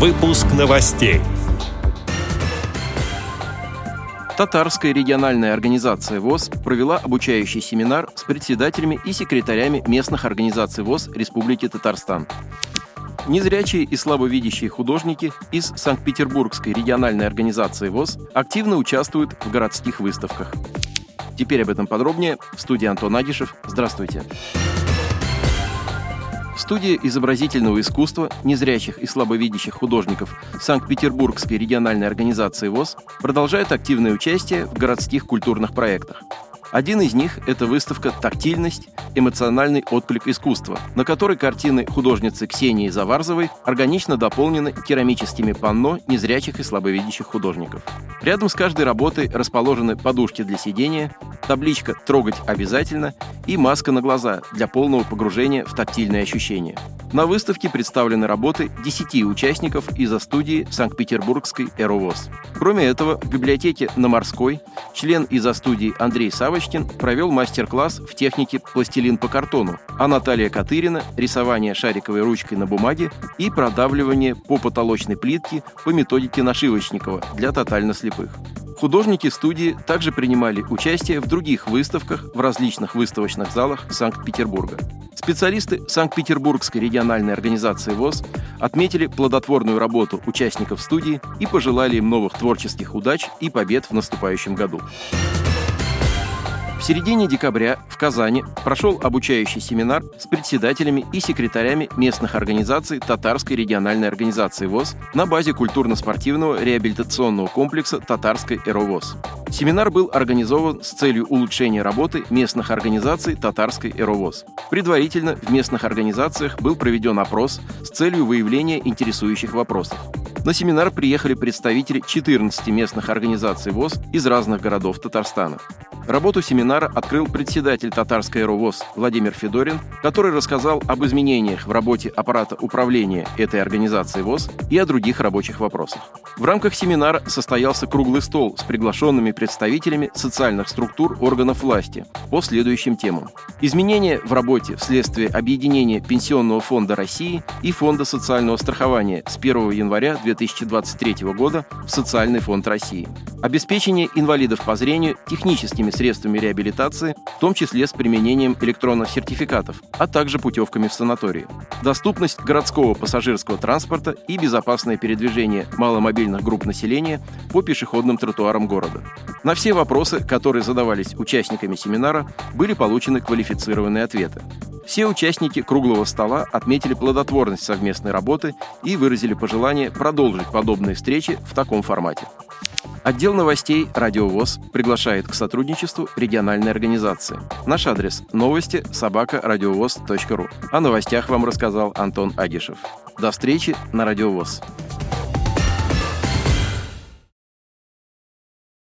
Выпуск новостей. Татарская региональная организация ВОС провела обучающий семинар с председателями и секретарями местных организаций ВОС Республики Татарстан. Незрячие и слабовидящие художники из Санкт-Петербургской региональной организации ВОС активно участвуют в городских выставках. Теперь об этом подробнее. В студии Антон Агишев. Здравствуйте. Студия изобразительного искусства незрячих и слабовидящих художников Санкт-Петербургской региональной организации ВОС продолжает активное участие в городских культурных проектах. Один из них – это выставка «Тактильность. Эмоциональный отклик искусства», на которой картины художницы Ксении Заварзовой органично дополнены керамическими панно незрячих и слабовидящих художников. Рядом с каждой работой расположены подушки для сидения, табличка «Трогать обязательно» и маска на глаза для полного погружения в тактильные ощущения. На выставке представлены работы 10 участников из-за студии Санкт-Петербургской ЭРО-ВОС. Кроме этого, в библиотеке на Морской член из-за студии Андрей Савочкин провел мастер-класс в технике пластилин по картону, а Наталья Катырина – рисование шариковой ручкой на бумаге и продавливание по потолочной плитке по методике Нашивочникова для тотально слепых. Художники студии также принимали участие в других выставках в различных выставочных залах Санкт-Петербурга. Специалисты Санкт-Петербургской региональной организации ВОС отметили плодотворную работу участников студии и пожелали им новых творческих удач и побед в наступающем году. В середине декабря в Казани прошел обучающий семинар с председателями и секретарями местных организаций Татарской региональной организации ВОС на базе культурно-спортивного реабилитационного комплекса Татарской ЭРО-ВОС. Семинар был организован с целью улучшения работы местных организаций Татарской ЭРО-ВОС. Предварительно в местных организациях был проведен опрос с целью выявления интересующих вопросов. На семинар приехали представители 14 местных организаций ВОС из разных городов Татарстана. Работу семинара открыл председатель Татарской ЭРО-ВОС Владимир Федорин, который рассказал об изменениях в работе аппарата управления этой организации ВОС и о других рабочих вопросах. В рамках семинара состоялся круглый стол с приглашенными представителями социальных структур органов власти по следующим темам. Изменения в работе вследствие объединения Пенсионного фонда России и Фонда социального страхования с 1 января 2023 года в Социальный фонд России. Обеспечение инвалидов по зрению техническими средствами реабилитации, в том числе с применением электронных сертификатов, а также путевками в санатории. Доступность городского пассажирского транспорта и безопасное передвижение маломобильных групп населения по пешеходным тротуарам города. На все вопросы, которые задавались участниками семинара, были получены квалифицированные ответы. Все участники круглого стола отметили плодотворность совместной работы и выразили пожелание продолжить подобные встречи в таком формате. Отдел новостей «Радио ВОС» приглашает к сотрудничеству региональной организации. Наш адрес – новости@радиовос.ру. О новостях вам рассказал Антон Агишев. До встречи на «Радио ВОС».